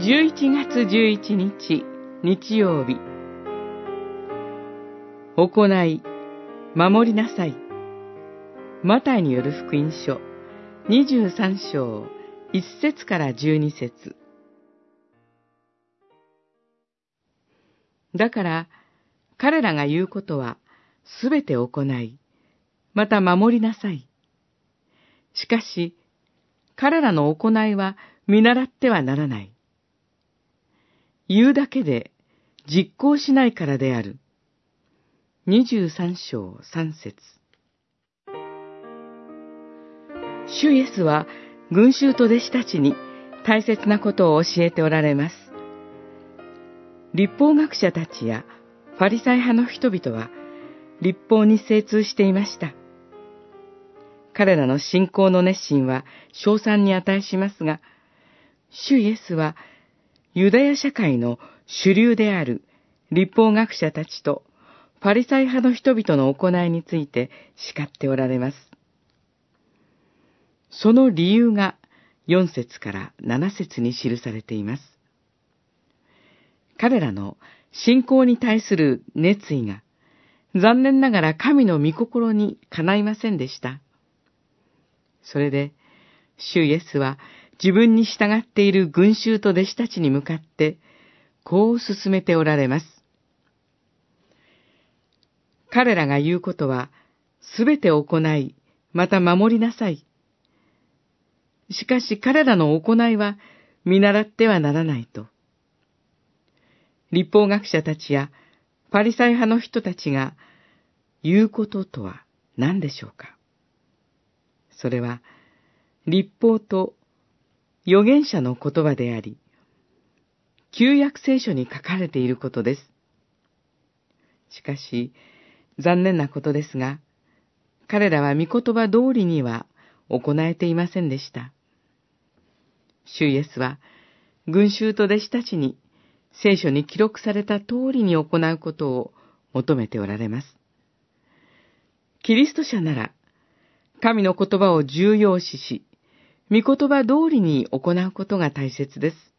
11月11日日曜日。行い、守りなさい。マタイによる福音書23章1節から12節。だから彼らが言うことはすべて行い、また守りなさい。しかし彼らの行いは見習ってはならない。言うだけで実行しないからである。23章3節。主イエスは群衆と弟子たちに大切なことを教えておられます。律法学者たちやファリサイ派の人々は律法に精通していました。彼らの信仰の熱心は称賛に値しますが、主イエスはユダヤ社会の主流である律法学者たちとファリサイ派の人々の行いについて叱っておられます。その理由が4節から7節に記されています。彼らの信仰に対する熱意が残念ながら神の御心にかないませんでした。それで主イエスは自分に従っている群衆と弟子たちに向かってこう進めておられます。彼らが言うことはすべて行い、また守りなさい。しかし彼らの行いは見習ってはならないと。律法学者たちやパリサイ派の人たちが言うこととは何でしょうか。それは律法と預言者の言葉であり、旧約聖書に書かれていることです。しかし、残念なことですが、彼らは御言葉通りには行えていませんでした。主イエスは、群衆と弟子たちに聖書に記録された通りに行うことを求めておられます。キリスト者なら、神の言葉を重要視し、御言葉通りに行うことが大切です。